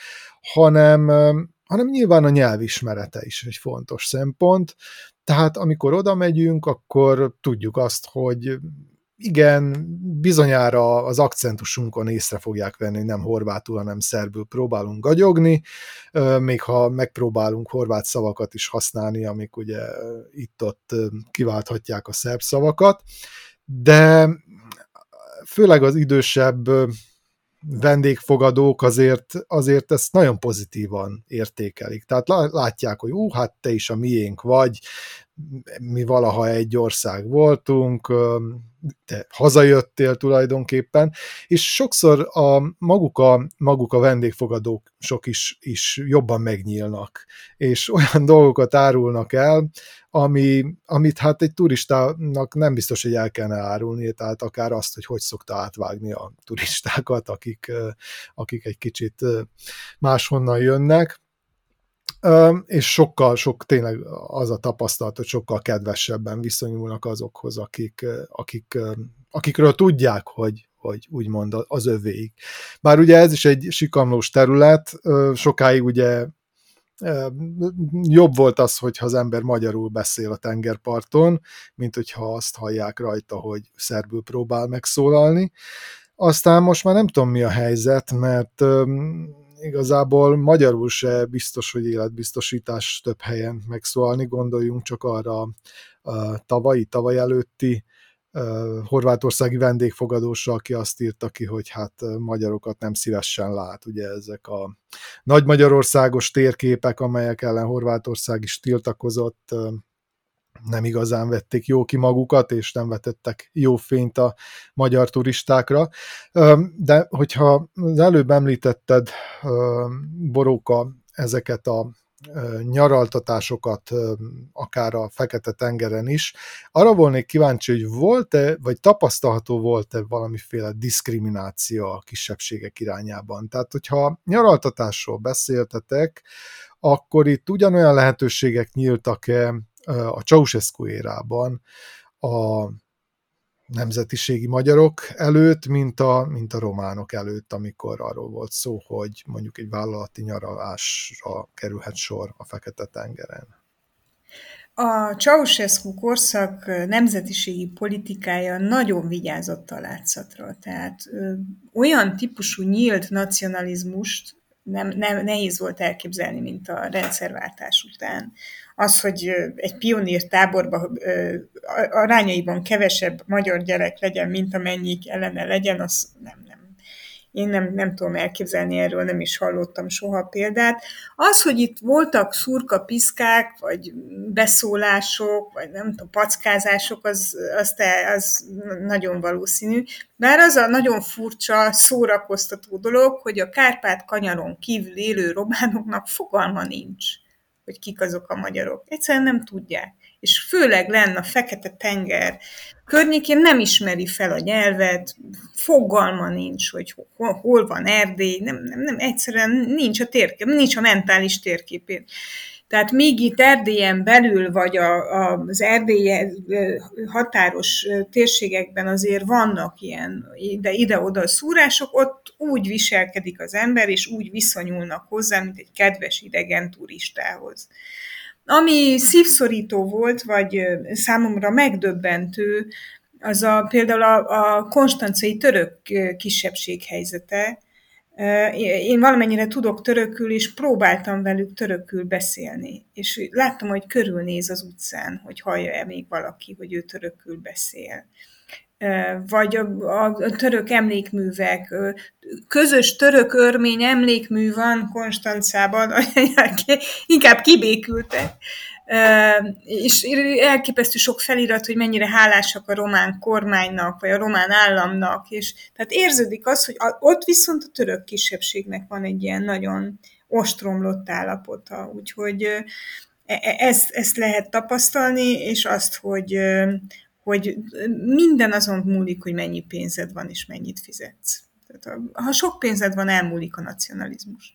hanem nyilván a nyelvismerete is egy fontos szempont. Tehát amikor oda megyünk, akkor tudjuk azt, hogy igen, bizonyára az akcentusunkon észre fogják venni, hogy nem horvátul, hanem szerbül próbálunk gagyogni, még ha megpróbálunk horvát szavakat is használni, amik ugye itt-ott kiválthatják a szerb szavakat, de főleg az idősebb vendégfogadók azért ezt nagyon pozitívan értékelik. Tehát látják, hogy hát te is a miénk vagy, mi valaha egy ország voltunk, te hazajöttél tulajdonképpen, és sokszor maguk a vendégfogadók sok is jobban megnyílnak, és olyan dolgokat árulnak el, amit hát egy turistának nem biztos, hogy el kellene árulni, tehát akár azt, hogy szokta átvágni a turistákat, akik egy kicsit máshonnan jönnek, és tényleg az a tapasztalat, hogy sokkal kedvesebben viszonyulnak azokhoz, akikről tudják, hogy úgymond az övéik. Bár ugye ez is egy sikamlós terület, sokáig ugye jobb volt az, hogyha az ember magyarul beszél a tengerparton, mint hogyha azt hallják rajta, hogy szerbül próbál megszólalni. Aztán most már nem tudom, mi a helyzet, mert igazából magyarul se biztos, hogy életbiztosítás több helyen megszólalni, gondoljunk csak arra a tavaly előtti horvátországi vendégfogadósra, aki azt írta ki, hogy hát magyarokat nem szívesen lát. Ugye ezek a nagy magyarországos térképek, amelyek ellen Horvátország is tiltakozott, nem igazán vették jó ki magukat, és nem vetettek jó fényt a magyar turistákra. De hogyha az előbb említetted, Boróka, ezeket a nyaraltatásokat, akár a Fekete-tengeren is, arra volnék kíváncsi, hogy volt-e, vagy tapasztalható volt-e valamiféle diszkrimináció a kisebbségek irányában. Tehát, hogyha nyaraltatásról beszéltetek, akkor itt ugyanolyan lehetőségek nyíltak-e a Ceausescu érában a nemzetiségi magyarok előtt, mint a románok előtt, amikor arról volt szó, hogy mondjuk egy vállalati nyaralásra kerülhet sor a Fekete-tengeren. A Ceausescu korszak nemzetiségi politikája nagyon vigyázott a látszatra, tehát olyan típusú nyílt nacionalizmust nehéz volt elképzelni, mint a rendszerváltás után. Az, hogy egy pionír táborban arányaiban kevesebb magyar gyerek legyen, mint amennyik ellene legyen, az én nem tudom elképzelni, erről nem is hallottam soha példát. Az, hogy itt voltak szurka-piszkák, vagy beszólások, vagy nem tudom, packázások, az nagyon valószínű. Bár az a nagyon furcsa, szórakoztató dolog, hogy a Kárpát-kanyaron kívül élő románoknak fogalma nincs, hogy kik azok a magyarok. Egyszerűen nem tudják. És főleg lenn a Fekete-tenger környékén nem ismeri fel a nyelvet, fogalma nincs, hogy hol van Erdély, nem egyszerűen nincs a térkép, nincs a mentális térképén. Tehát még itt Erdélyen belül, vagy az Erdély határos térségekben azért vannak ilyen ide-oda szúrások, ott úgy viselkedik az ember, és úgy viszonyulnak hozzá, mint egy kedves idegen turistához. Ami szívszorító volt, vagy számomra megdöbbentő, az például a konstancai török kisebbség helyzete. Én valamennyire tudok törökül, és próbáltam velük törökül beszélni. És láttam, hogy körülnéz az utcán, hogy hallja-e még valaki, hogy ő törökül beszél. Vagy a török emlékművek, közös török-örmény emlékmű van Konstancában, inkább kibékültek, és elképesztő sok felirat, hogy mennyire hálásak a román kormánynak, vagy a román államnak, és tehát érződik az, hogy ott viszont a török kisebbségnek van egy ilyen nagyon ostromlott állapota, úgyhogy ezt lehet tapasztalni, és azt, hogy minden azon múlik, hogy mennyi pénzed van, és mennyit fizetsz. Tehát, ha sok pénzed van, elmúlik a nacionalizmus.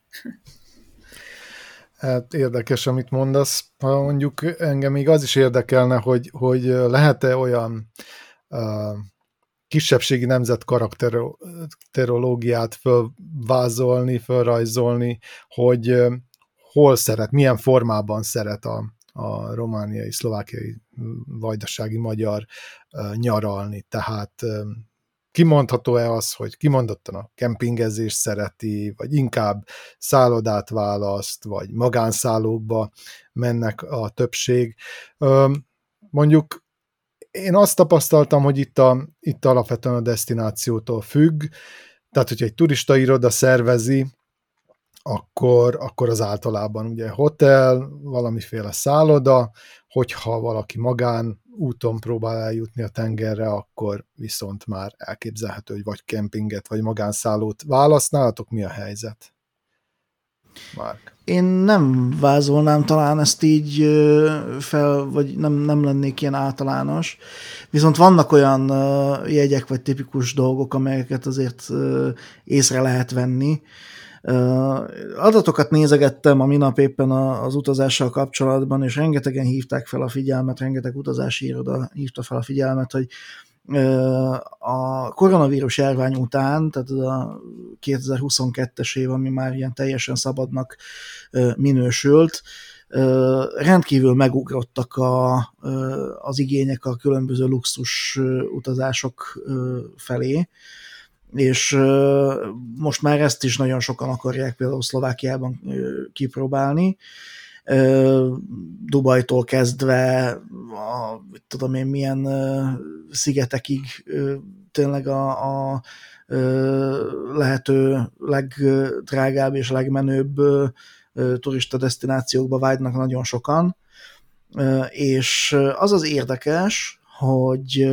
Hát érdekes, amit mondasz. Mondjuk engem még az is érdekelne, hogy lehet-e olyan kisebbségi nemzet karakterológiát fölvázolni, fölrajzolni, hogy hol szeret, milyen formában szeret a romániai, szlovákiai, vajdasági magyar nyaralni. Tehát kimondható-e az, hogy kimondottan a kempingezést szereti, vagy inkább szállodát választ, vagy magánszállókba mennek a többség. Mondjuk én azt tapasztaltam, hogy itt alapvetően a desztinációtól függ, tehát hogyha egy turista iroda szervezi, akkor az általában ugye hotel, valamiféle szálloda, hogyha valaki magán úton próbál eljutni a tengerre, akkor viszont már elképzelhető, hogy vagy kempinget, vagy magánszállót választnálatok. Mi a helyzet? Márk? Én nem vázolnám talán ezt így fel, vagy nem lennék ilyen általános. Viszont vannak olyan jegyek, vagy tipikus dolgok, amelyeket azért észre lehet venni. Adatokat nézegettem a minap éppen az utazással kapcsolatban, és rengetegen hívták fel a figyelmet, rengeteg utazási iroda hívta fel a figyelmet, hogy a koronavírus járvány után, tehát a 2022-es év, ami már ilyen teljesen szabadnak minősült, rendkívül megugrottak az igények a különböző luxus utazások felé, és most már ezt is nagyon sokan akarják például Szlovákiában kipróbálni. Dubajtól kezdve tudom én milyen szigetekig tényleg a lehető legdrágább és legmenőbb turista desztinációkba vágynak nagyon sokan, és az az érdekes, hogy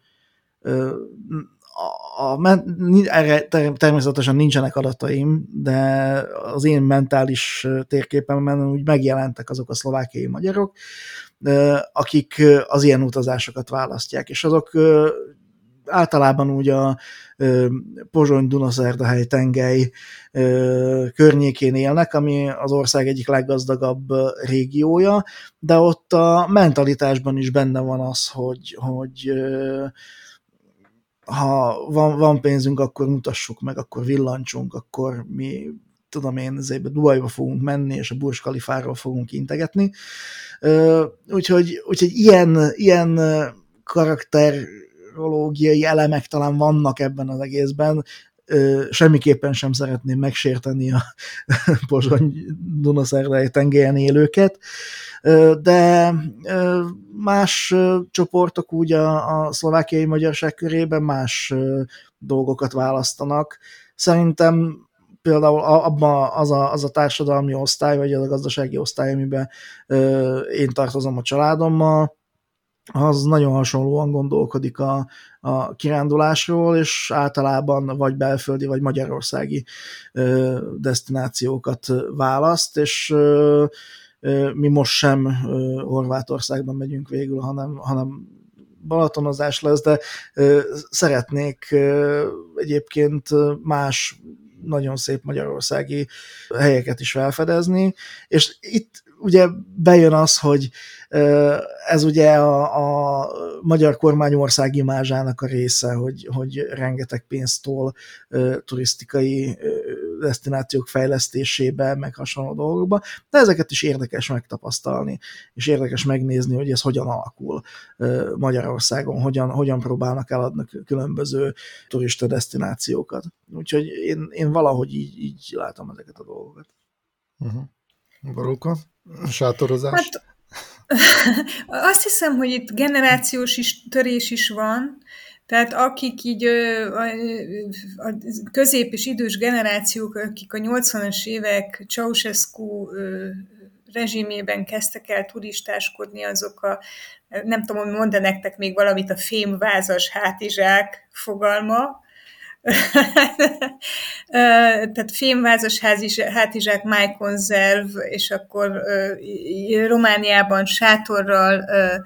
erre természetesen nincsenek adataim, de az én mentális térképemben úgy megjelentek azok a szlovákiai magyarok, akik az ilyen utazásokat választják, és azok általában úgy a Pozsony-Dunaszerdahely tengely környékén élnek, ami az ország egyik leggazdagabb régiója, de ott a mentalitásban is benne van az, hogy ha van pénzünk, akkor mutassuk meg, akkor villancsunk, akkor mi, tudom én, Dubajba fogunk menni, és a Burj Khalifáról fogunk integetni. Úgyhogy ilyen karakterológiai elemek talán vannak ebben az egészben. Semmiképpen sem szeretném megsérteni a Pozsony-Dunaszerdahely tengelyen élőket, de más csoportok úgy a szlovákiai magyarság körében más dolgokat választanak. Szerintem például abban az a társadalmi osztály, vagy az a gazdasági osztály, amiben én tartozom a családommal, az nagyon hasonlóan gondolkodik a kirándulásról, és általában vagy belföldi, vagy magyarországi desztinációkat választ, és mi most sem Horvátországban megyünk végül, hanem Balatonozás lesz, de szeretnék egyébként más nagyon szép magyarországi helyeket is felfedezni, és itt ugye bejön az, hogy ez ugye a magyar kormány országimázsának a része, hogy rengeteg pénzt tol turisztikai desztinációk fejlesztésébe, meg hasonló dolgokba, de ezeket is érdekes megtapasztalni, és érdekes megnézni, hogy ez hogyan alakul Magyarországon, hogyan próbálnak eladni különböző turista desztinációkat. Úgyhogy én valahogy így látom ezeket a dolgokat. Baróka? Sátorozás? Hát, azt hiszem, hogy itt generációs törés is van, tehát akik így a közép- és idős generációk, akik a 80-as évek Ceausescu rezsimében kezdtek el turistáskodni, azok nem tudom, hogy mond nektek még valamit, a fémvázas hátizsák fogalma. Tehát fémvázas hátizsák, májkonzerv, és akkor Romániában sátorral,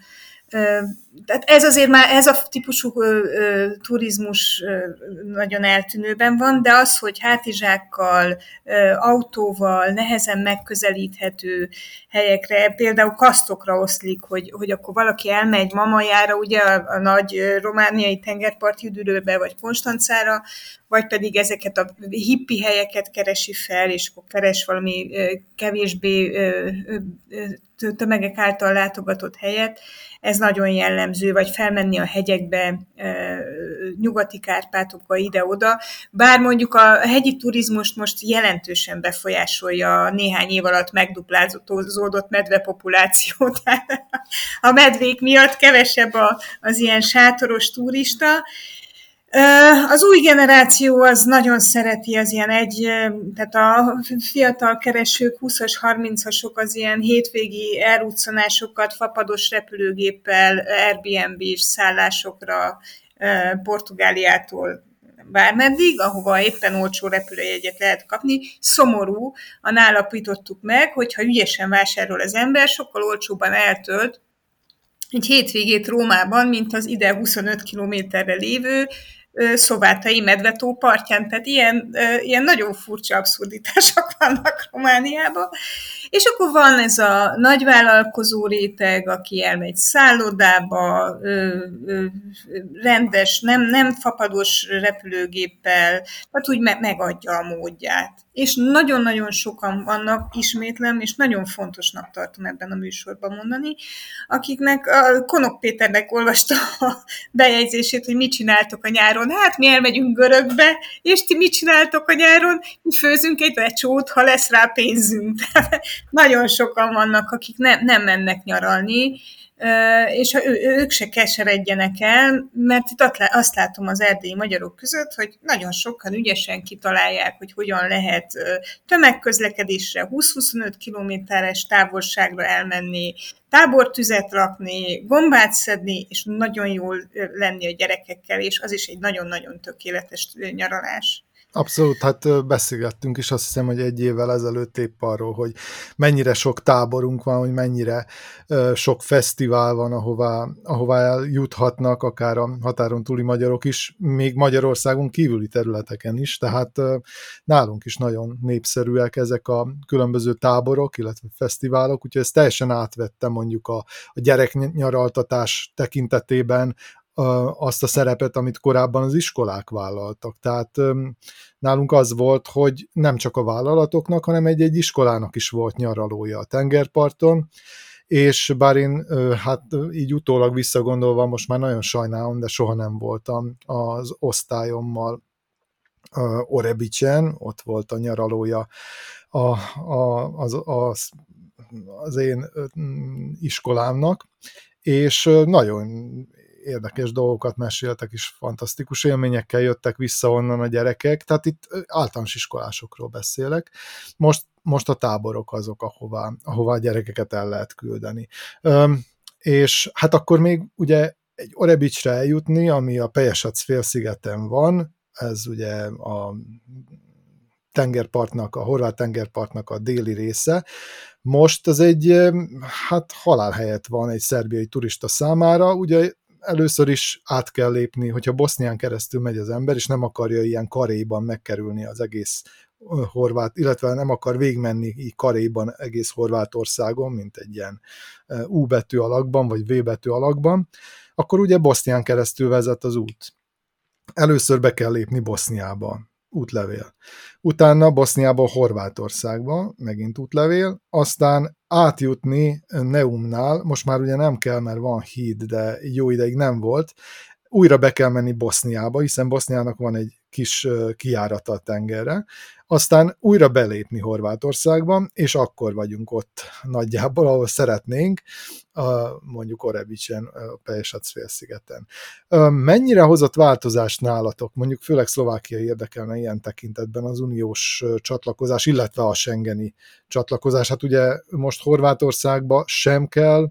tehát ez azért már, ez a típusú turizmus nagyon eltűnőben van, de az, hogy hátizsákkal, autóval, nehezen megközelíthető helyekre, például kasztokra oszlik, hogy akkor valaki elmegy Mamajára, ugye a nagy romániai tengerparti üdülőbe, vagy Konstancára, vagy pedig ezeket a hippi helyeket keresi fel, és akkor keres valami kevésbé tömegek által látogatott helyet. Ez nagyon jellemző, vagy felmenni a hegyekbe, nyugati Kárpátokba, ide-oda. Bár mondjuk a hegyi turizmust most jelentősen befolyásolja a néhány év alatt megduplázódott medvepopuláció. A medvék miatt kevesebb az ilyen sátoros turista. Az új generáció az nagyon szereti az ilyen tehát a fiatal keresők, 20-as, 30-asok az ilyen hétvégi elruccanásokat fapados repülőgéppel, Airbnb-s szállásokra Portugáliától bármeddig, ahova éppen olcsó repülőjegyet lehet kapni. Szomorú, állapítottuk meg, hogyha ügyesen vásárol az ember, sokkal olcsóban eltölt egy hétvégét Rómában, mint az ide 25 kilométerre lévő Szovátai medvetó partján, tehát ilyen nagyon furcsa abszurditások vannak Romániában. És akkor van ez a nagyvállalkozó réteg, aki elmegy szállodába, rendes, nem fapados repülőgéppel, tehát úgy megadja a módját. És nagyon-nagyon sokan vannak, ismétlem, és nagyon fontosnak tartom ebben a műsorban mondani, akiknek a Konok Péternek olvasta a bejegyzését, hogy mit csináltok a nyáron. Hát mi elmegyünk Görögbe, és ti mit csináltok a nyáron? Mi főzünk egy lecsót, ha lesz rá pénzünk. nagyon sokan vannak, akik nem mennek nyaralni, és ők se keseredjenek el, mert itt azt látom az erdélyi magyarok között, hogy nagyon sokan ügyesen kitalálják, hogy hogyan lehet tömegközlekedésre 20-25 kilométeres távolságra elmenni, tábortüzet rakni, gombát szedni, és nagyon jól lenni a gyerekekkel, és az is egy nagyon-nagyon tökéletes nyaralás. Abszolút, hát beszélgettünk is, azt hiszem, hogy 1 évvel ezelőtt épp arról, hogy mennyire sok táborunk van, hogy mennyire sok fesztivál van, ahová eljuthatnak akár a határon túli magyarok is, még Magyarországon kívüli területeken is, tehát nálunk is nagyon népszerűek ezek a különböző táborok, illetve fesztiválok, úgyhogy ezt teljesen átvettem mondjuk a gyereknyaraltatás tekintetében, azt a szerepet, amit korábban az iskolák vállaltak. Tehát nálunk az volt, hogy nem csak a vállalatoknak, hanem egy iskolának is volt nyaralója a tengerparton, és bár én hát így utólag visszagondolva most már nagyon sajnálom, de soha nem voltam az osztályommal Orebicsen, ott volt a nyaralója az én iskolámnak, és nagyon érdekes dolgokat meséltek, és fantasztikus élményekkel jöttek vissza onnan a gyerekek, tehát itt általános iskolásokról beszélek. Most a táborok azok, ahová a gyerekeket el lehet küldeni. És hát akkor még ugye egy Orebicsre eljutni, ami a Pelješac félszigeten van, ez ugye a tengerpartnak, a horvát tengerpartnak a déli része. Most ez egy hát halálhelyet van egy szerbiai turista számára, ugye először is át kell lépni, hogyha Bosznián keresztül megy az ember, és nem akarja ilyen karéban megkerülni az egész horvát, illetve nem akar végigmenni így karéban egész Horvátországon, mint egy ilyen U betű alakban, vagy V betű alakban, akkor ugye Bosznián keresztül vezet az út. Először be kell lépni Boszniába, útlevél. Utána Boszniából Horvátországba, megint útlevél, aztán átjutni Neumnál, most már ugye nem kell, mert van híd, de jó ideig nem volt, újra be kell menni Boszniába, hiszen Boszniának van egy kis kijárata a tengerre, aztán újra belépni Horvátországba, és akkor vagyunk ott nagyjából, ahol szeretnénk, mondjuk Orebicsen, a Pelješac félszigeten. Mennyire hozott változást nálatok? Mondjuk főleg Szlovákia érdekelne ilyen tekintetben az uniós csatlakozás, illetve a schengeni csatlakozás. Hát ugye most Horvátországba sem kell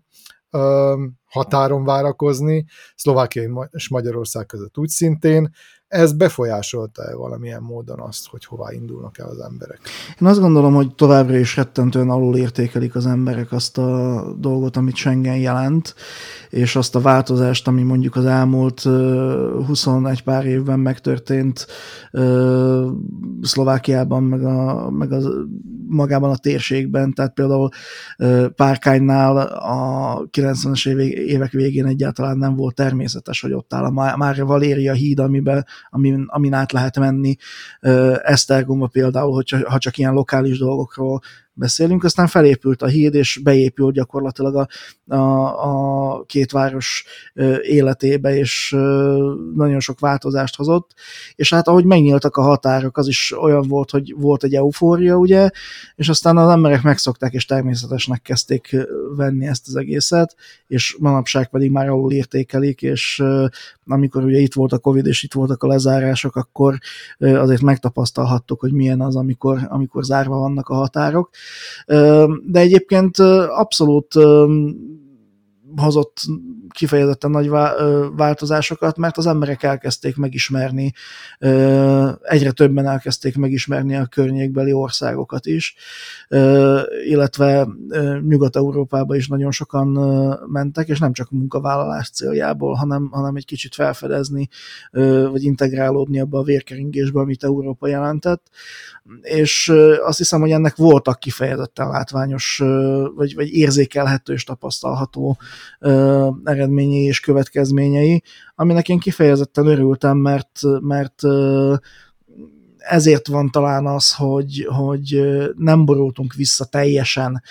határon várakozni, Szlovákia és Magyarország között úgy szintén. Ez befolyásolta-e valamilyen módon azt, hogy hová indulnak el az emberek? Én azt gondolom, hogy továbbra is rettentően alul értékelik az emberek azt a dolgot, amit Schengen jelent, és azt a változást, ami mondjuk az elmúlt 21 pár évben megtörtént Szlovákiában, meg magában a térségben, tehát például Párkánynál a 90-es évek végén egyáltalán nem volt természetes, hogy ott áll a Mária Valéria híd, amin át lehet menni. Esztergomba például, ha csak ilyen lokális dolgokról beszélünk, aztán felépült a híd, és beépült gyakorlatilag a két város életébe, és nagyon sok változást hozott, és hát ahogy megnyíltak a határok, az is olyan volt, hogy volt egy eufória, ugye, és aztán az emberek megszokták, és természetesnek kezdték venni ezt az egészet, és manapság pedig már alul értékelik, és amikor ugye itt volt a Covid, és itt voltak a lezárások, akkor azért megtapasztalhattuk, hogy milyen az, amikor zárva vannak a határok. De egyébként abszolút hozott kifejezetten nagy változásokat, mert az emberek elkezdték megismerni, egyre többen elkezdték megismerni a környékbeli országokat is, illetve Nyugat-Európába is nagyon sokan mentek, és nem csak munkavállalás céljából, hanem egy kicsit felfedezni, vagy integrálódni abba a vérkeringésbe, amit Európa jelentett, és azt hiszem, hogy ennek voltak kifejezetten látványos, vagy érzékelhető és tapasztalható eredményei és következményei, aminek én kifejezetten örültem, mert ezért van talán az, hogy nem borultunk vissza teljesen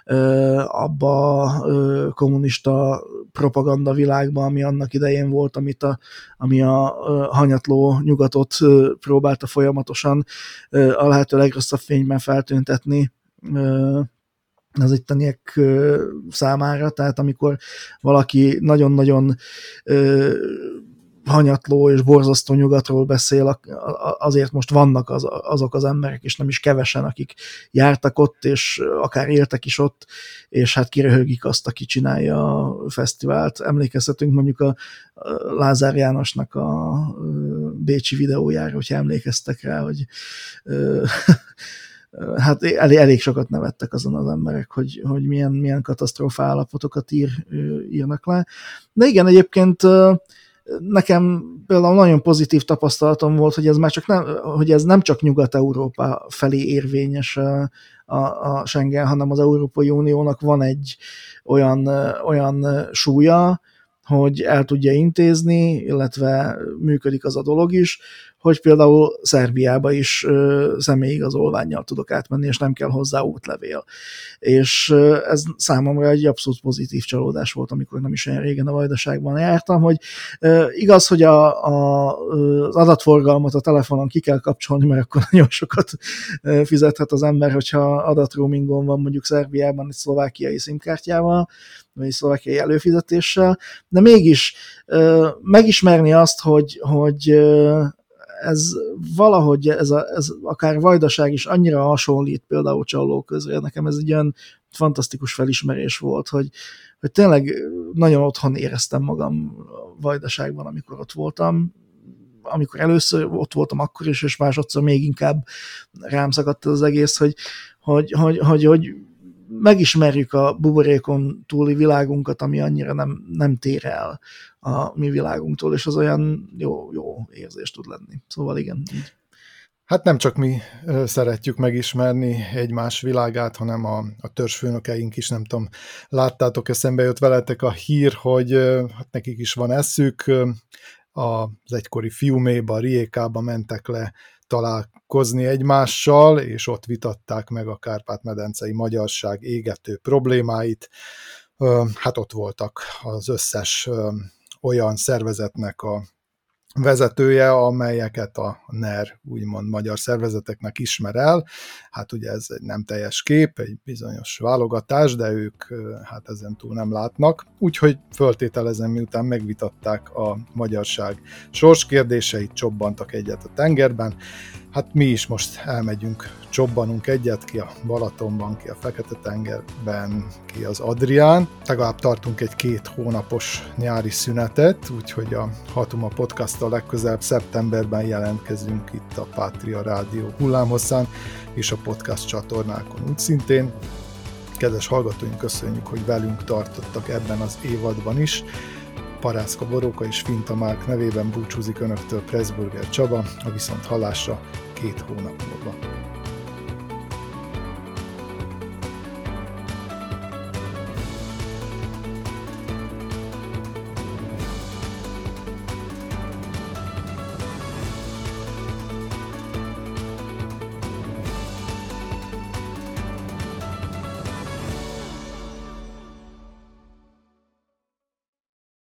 abba a kommunista propaganda világba, ami annak idején volt, ami a hanyatló nyugatot próbálta folyamatosan a lehető legrosszabb fényben feltüntetni az itteniek számára, tehát amikor valaki nagyon-nagyon hanyatló és borzasztó nyugatról beszél, azért most vannak azok az emberek, és nem is kevesen, akik jártak ott, és akár éltek is ott, és hát kiröhögik azt, aki csinálja a fesztivált. Emlékeztetünk mondjuk a Lázár Jánosnak a bécsi videójára, hogyha emlékeztek rá, hogy hát elég sokat nevettek azon az emberek, hogy milyen katasztrófa állapotokat írnak le. De igen, egyébként nekem például nagyon pozitív tapasztalatom volt, hogy ez nem csak Nyugat-Európa felé érvényes a Schengen, hanem az Európai Uniónak van egy olyan súlya, hogy el tudja intézni, illetve működik az a dolog is, hogy például Szerbiába is személyigazolvánnyal tudok átmenni, és nem kell hozzá útlevél. És ez számomra egy abszolút pozitív csalódás volt, amikor nem is olyan régen a Vajdaságban jártam, hogy igaz, hogy az adatforgalmat a telefonon ki kell kapcsolni, mert akkor nagyon sokat fizethet az ember, hogyha adatroamingon van mondjuk Szerbiában egy szlovákiai SIM-kártyával, vagy szlovákiai előfizetéssel, de mégis megismerni azt, hogy ez valahogy, ez akár Vajdaság is annyira hasonlít például Csallóközre, nekem ez egy olyan fantasztikus felismerés volt, hogy tényleg nagyon otthon éreztem magam Vajdaságban, amikor ott voltam. Amikor először ott voltam akkor is, és másodszor még inkább rám szakadt az egész, hogy megismerjük a buborékon túli világunkat, ami annyira nem tér el a mi világunktól, és az olyan jó érzés tud lenni. Szóval igen. Hát nem csak mi szeretjük megismerni egymás világát, hanem a törzsfőnökeink is, nem tudom, láttátok, eszembe jött veletek a hír, hogy hát nekik is van eszük, az egykori Fiuméba, Rijékába mentek le találkozni egymással, és ott vitatták meg a kárpát-medencei magyarság égető problémáit. Hát ott voltak az összes olyan szervezetnek a vezetője, amelyeket a NER, úgymond magyar szervezeteknek ismer el. Hát ugye ez egy nem teljes kép, egy bizonyos válogatás, de ők hát ezen túl nem látnak. Úgyhogy föltételezem, miután megvitatták a magyarság sorskérdéseit, csobbantak egyet a tengerben. Hát mi is most elmegyünk, csobbanunk egyet, ki a Balatonban, ki a Fekete-tengerben, ki az Adrián. Legalább tartunk egy 2 hónapos nyári szünetet, úgyhogy a Hatuma Podcasttal legközelebb szeptemberben jelentkezünk itt a Pátria Rádió hullámhosszán, és a podcast csatornákon úgy szintén. Kedves hallgatóink, köszönjük, hogy velünk tartottak ebben az évadban is. Parászka Boróka és Finta Márk nevében búcsúzik önöktől Pressburger Csaba, a viszonthallásra 2 hónap múlva.